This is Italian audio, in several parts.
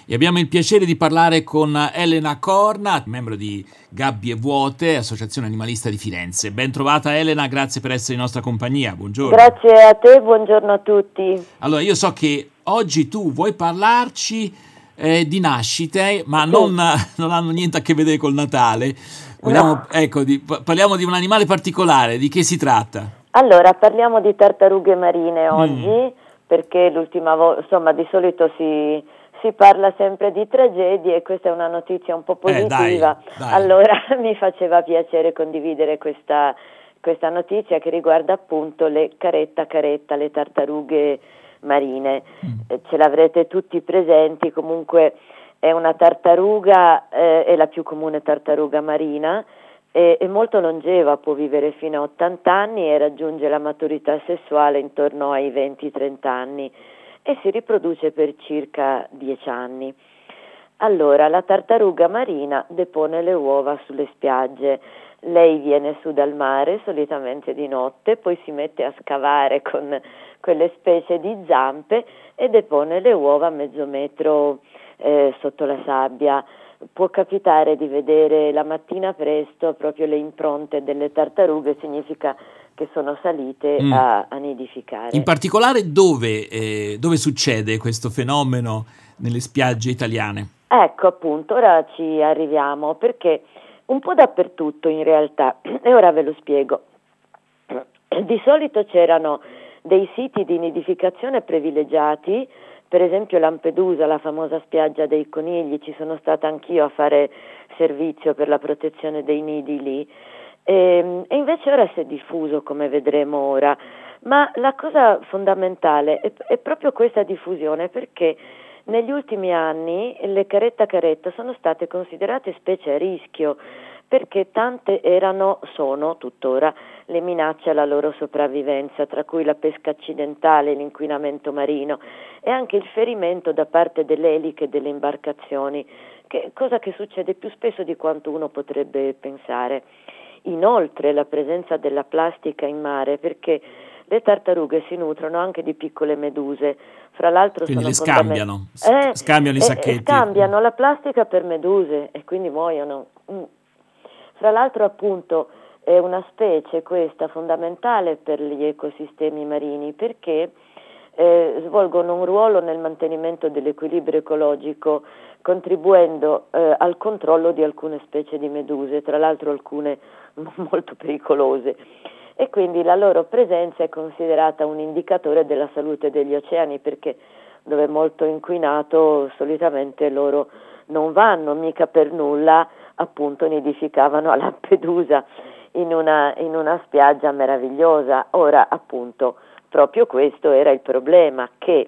e abbiamo il piacere di parlare con Elena Corna, membro di Gabbie Vuote, Associazione Animalista di Firenze. Ben trovata Elena, grazie per essere in nostra compagnia, buongiorno. Grazie a te, buongiorno a tutti. Allora, io so che oggi tu vuoi parlarci di nascite, ma Sì. non hanno niente a che vedere col Natale. No. Parliamo di un animale particolare, di che si tratta? Allora, parliamo di tartarughe marine oggi, perché l'ultima volta, insomma, di solito si parla sempre di tragedie e questa è una notizia un po' positiva. Dai. Allora mi faceva piacere condividere questa notizia che riguarda appunto le caretta, le tartarughe marine. Ce l'avrete tutti presenti, comunque è una tartaruga, è la più comune tartaruga marina, è molto longeva, può vivere fino a 80 anni e raggiunge la maturità sessuale intorno ai 20-30 anni e si riproduce per circa 10 anni. Allora, la tartaruga marina depone le uova sulle spiagge. Lei viene su dal mare, solitamente di notte, poi si mette a scavare con quelle specie di zampe e depone le uova a mezzo metro sotto la sabbia. Può capitare di vedere la mattina presto proprio le impronte delle tartarughe, significa che sono salite a nidificare. In particolare dove succede questo fenomeno nelle spiagge italiane? Ecco, appunto, ora ci arriviamo, perché un po' dappertutto in realtà, e ora ve lo spiego. Di solito c'erano dei siti di nidificazione privilegiati, per esempio Lampedusa, la famosa spiaggia dei conigli, ci sono stata anch'io a fare servizio per la protezione dei nidi lì, e invece ora si è diffuso, come vedremo ora, ma la cosa fondamentale è proprio questa diffusione, perché negli ultimi anni le caretta sono state considerate specie a rischio, perché tante sono tuttora le minacce alla loro sopravvivenza, tra cui la pesca accidentale, l'inquinamento marino e anche il ferimento da parte delle eliche delle imbarcazioni, cosa che succede più spesso di quanto uno potrebbe pensare. Inoltre la presenza della plastica in mare, perché le tartarughe si nutrono anche di piccole meduse, fra l'altro quindi sono le scambiano i sacchetti. Scambiano la plastica per meduse e quindi muoiono. Fra l'altro appunto è una specie questa fondamentale per gli ecosistemi marini, perché svolgono un ruolo nel mantenimento dell'equilibrio ecologico, contribuendo al controllo di alcune specie di meduse, tra l'altro alcune molto pericolose, e quindi la loro presenza è considerata un indicatore della salute degli oceani, perché dove è molto inquinato solitamente loro non vanno, mica per nulla appunto nidificavano a Lampedusa in una spiaggia meravigliosa. Ora appunto proprio questo era il problema, che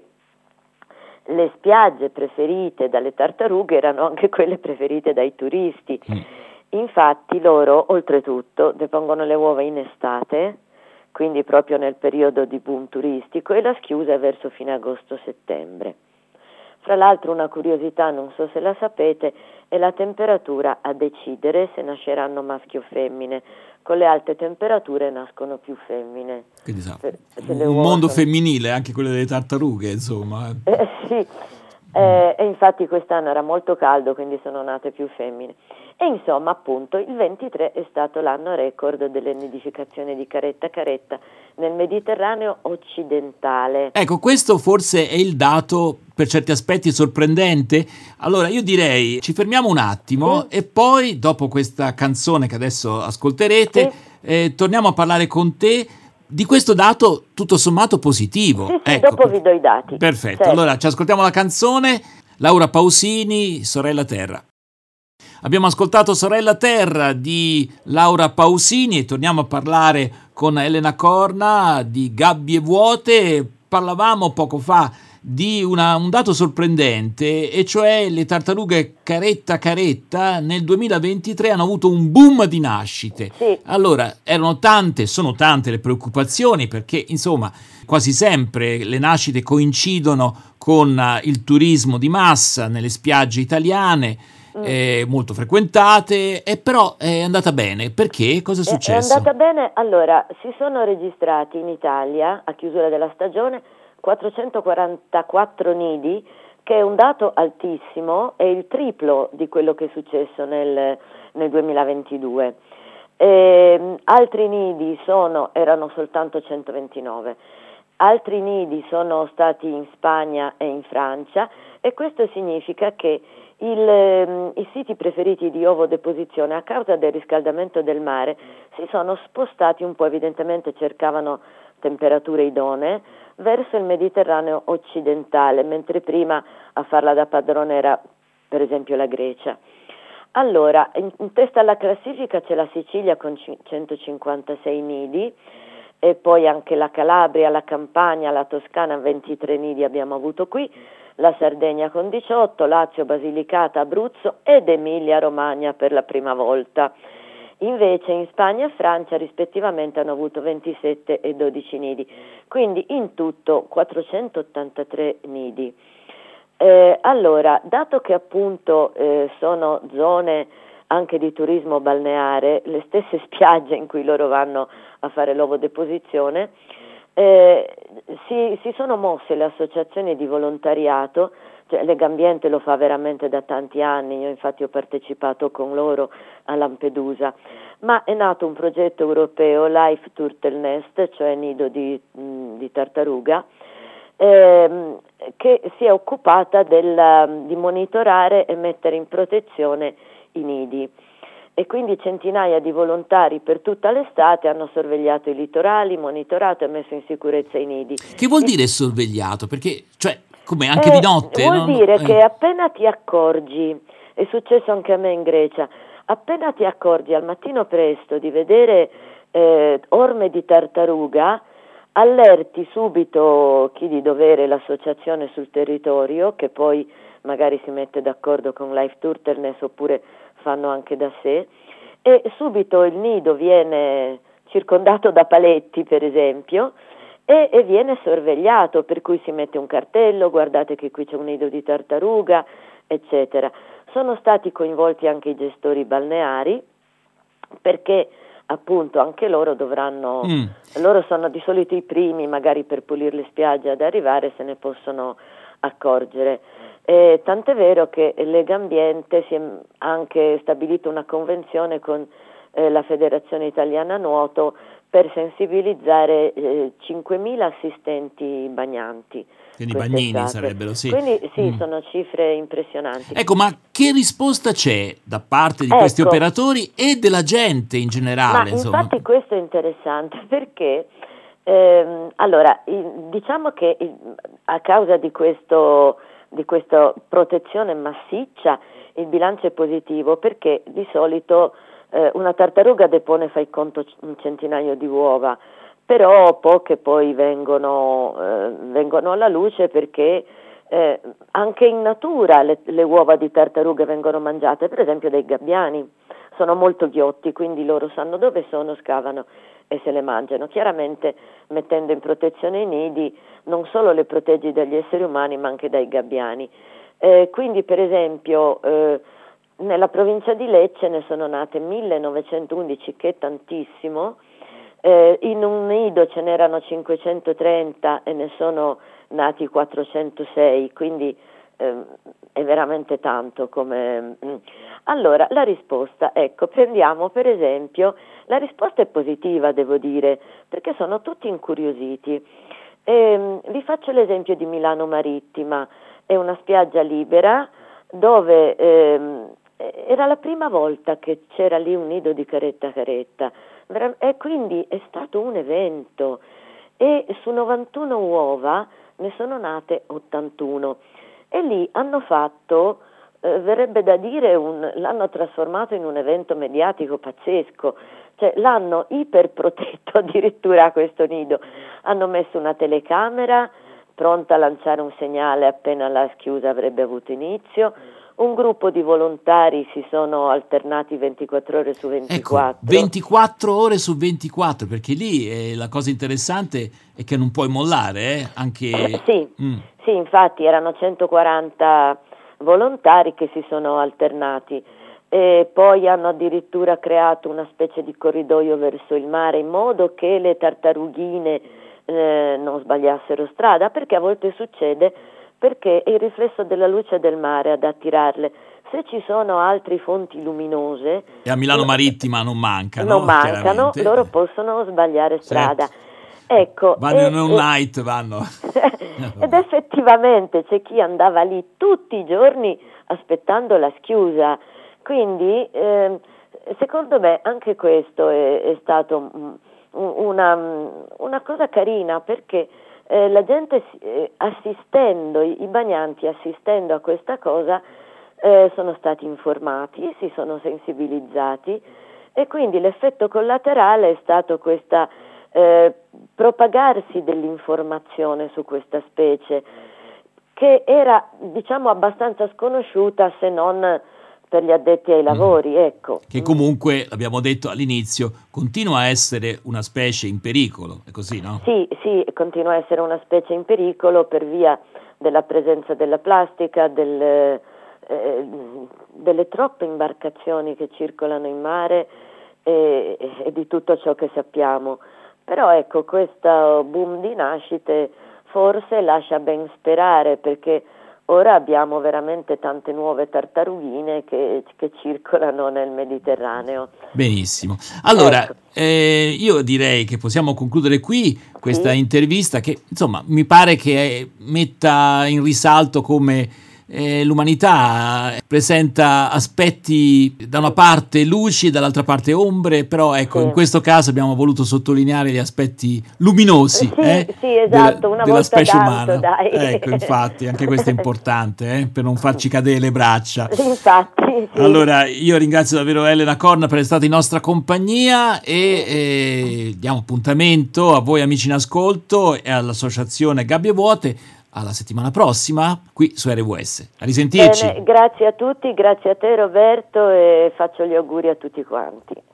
le spiagge preferite dalle tartarughe erano anche quelle preferite dai turisti. Infatti loro oltretutto depongono le uova in estate, quindi proprio nel periodo di boom turistico, e la schiusa è verso fine agosto-settembre. Fra l'altro una curiosità, non so se la sapete, è la temperatura a decidere se nasceranno maschi o femmine. Con le alte temperature nascono più femmine. Quindi un mondo femminile, anche quello delle tartarughe, insomma. Sì, e infatti quest'anno era molto caldo, quindi sono nate più femmine. E insomma, appunto, il 23 è stato l'anno record delle nidificazioni di caretta nel Mediterraneo occidentale. Ecco, questo forse è il dato per certi aspetti sorprendente. Allora io direi ci fermiamo un attimo e poi dopo questa canzone che adesso ascolterete torniamo a parlare con te di questo dato tutto sommato positivo. Sì, ecco, dopo vi do i dati. Perfetto, certo. Allora ci ascoltiamo la canzone Laura Pausini, Sorella Terra. Abbiamo ascoltato Sorella Terra di Laura Pausini e torniamo a parlare con Elena Corna di Gabbie Vuote. Parlavamo poco fa di un dato sorprendente, e cioè le tartarughe caretta nel 2023 hanno avuto un boom di nascite. Sì. Allora, sono tante le preoccupazioni, perché insomma quasi sempre le nascite coincidono con il turismo di massa nelle spiagge italiane, molto frequentate, e però è andata bene. Perché? Cosa è successo? È andata bene. Allora, si sono registrati in Italia a chiusura della stagione 444 nidi che è un dato altissimo, è il triplo di quello che è successo nel 2022. Altri nidi erano soltanto 129, altri nidi sono stati in Spagna e in Francia, e questo significa che i siti preferiti di ovodeposizione, a causa del riscaldamento del mare, si sono spostati un po', evidentemente cercavano temperature idonee, verso il Mediterraneo occidentale, mentre prima a farla da padrone era per esempio la Grecia. Allora, in testa alla classifica c'è la Sicilia con 156 nidi, e poi anche la Calabria, la Campania, la Toscana, 23 nidi abbiamo avuto qui, la Sardegna con 18, Lazio, Basilicata, Abruzzo ed Emilia-Romagna per la prima volta. Invece in Spagna e Francia rispettivamente hanno avuto 27 e 12 nidi, quindi in tutto 483 nidi. Allora, dato che appunto sono zone anche di turismo balneare, le stesse spiagge in cui loro vanno a fare l'ovodeposizione, si sono mosse le associazioni di volontariato, cioè Legambiente lo fa veramente da tanti anni, io infatti ho partecipato con loro a Lampedusa, ma è nato un progetto europeo, Life Turtle Nest, cioè nido di tartaruga, che si è occupata di monitorare e mettere in protezione i nidi, e quindi centinaia di volontari per tutta l'estate hanno sorvegliato i litorali, monitorato e messo in sicurezza i nidi. Che vuol dire sorvegliato? Perché, cioè, come anche di notte? Vuol dire che appena ti accorgi, è successo anche a me in Grecia, appena ti accorgi al mattino presto di vedere orme di tartaruga, allerti subito chi di dovere, l'associazione sul territorio, che poi magari si mette d'accordo con Life Turtleness oppure fanno anche da sé, e subito il nido viene circondato da paletti, per esempio, e viene sorvegliato, per cui si mette un cartello, guardate che qui c'è un nido di tartaruga, eccetera. Sono stati coinvolti anche i gestori balneari, perché appunto anche loro dovranno, loro sono di solito i primi magari per pulire le spiagge ad arrivare, se ne possono accorgere. Tant'è vero che Legambiente si è anche stabilito una convenzione con la Federazione Italiana Nuoto per sensibilizzare 5.000 assistenti bagnanti. Quindi bagnini sarebbero, sì. Quindi sì, sono cifre impressionanti. Ecco, ma che risposta c'è da parte di questi operatori e della gente in generale? Ma infatti questo è interessante perché allora, diciamo che a causa di questa protezione massiccia il bilancio è positivo, perché di solito una tartaruga depone, fai conto, un centinaio di uova, però poche poi vengono alla luce, perché anche in natura le uova di tartarughe vengono mangiate, per esempio dai gabbiani. Sono molto ghiotti, quindi loro sanno dove sono, scavano e se le mangiano. Chiaramente, mettendo in protezione i nidi, non solo le proteggi dagli esseri umani ma anche dai gabbiani. Quindi per esempio nella provincia di Lecce ne sono nate 1911, che è tantissimo. In un nido ce n'erano 530 e ne sono nati 406, quindi è veramente tanto come. Allora, la risposta, ecco, prendiamo per esempio, la risposta è positiva, devo dire, perché sono tutti incuriositi. Vi faccio l'esempio di Milano Marittima, è una spiaggia libera dove era la prima volta che c'era lì un nido di caretta caretta, e quindi è stato un evento, e su 91 uova ne sono nate 81, e lì hanno fatto, verrebbe da dire, l'hanno trasformato in un evento mediatico pazzesco, cioè l'hanno iperprotetto addirittura a questo nido, hanno messo una telecamera pronta a lanciare un segnale appena la schiusa avrebbe avuto inizio. Un gruppo di volontari si sono alternati 24 ore su 24. Ecco, 24 ore su 24, perché lì la cosa interessante è che non puoi mollare, anche. Sì, infatti erano 140 volontari che si sono alternati, e poi hanno addirittura creato una specie di corridoio verso il mare, in modo che le tartarughine non sbagliassero strada, perché a volte succede perché è il riflesso della luce del mare ad attirarle. Se ci sono altre fonti luminose... E a Milano Marittima non mancano. Non mancano, loro possono sbagliare strada. Certo. Ecco, vanno in all night, vanno. Ed effettivamente c'è chi andava lì tutti i giorni aspettando la schiusa, quindi secondo me anche questo è stato una cosa carina, perché la gente assistendo, i bagnanti assistendo a questa cosa sono stati informati, si sono sensibilizzati, e quindi l'effetto collaterale è stato questa propagarsi dell'informazione su questa specie, che era, diciamo, abbastanza sconosciuta, se non per gli addetti ai lavori, ecco. Che comunque, l'abbiamo detto all'inizio, continua a essere una specie in pericolo, è così, no? Sì, continua a essere una specie in pericolo per via della presenza della plastica, delle troppe imbarcazioni che circolano in mare e di tutto ciò che sappiamo. Però ecco, questo boom di nascite forse lascia ben sperare, perché ora abbiamo veramente tante nuove tartarughine che circolano nel Mediterraneo. Benissimo. Allora, ecco. Io direi che possiamo concludere qui questa intervista, che insomma mi pare che metta in risalto come l'umanità presenta aspetti, da una parte luci e dall'altra parte ombre, però ecco, in questo caso abbiamo voluto sottolineare gli aspetti luminosi esatto, della specie umana. Dai. Ecco, infatti, anche questo è importante, per non farci cadere le braccia. Infatti, sì. Allora, io ringrazio davvero Elena Corna per essere stata in nostra compagnia e diamo appuntamento a voi amici in ascolto e all'associazione Gabbie Vuote alla settimana prossima qui su RWS. A risentirci. Bene, grazie a tutti, grazie a te Roberto, e faccio gli auguri a tutti quanti.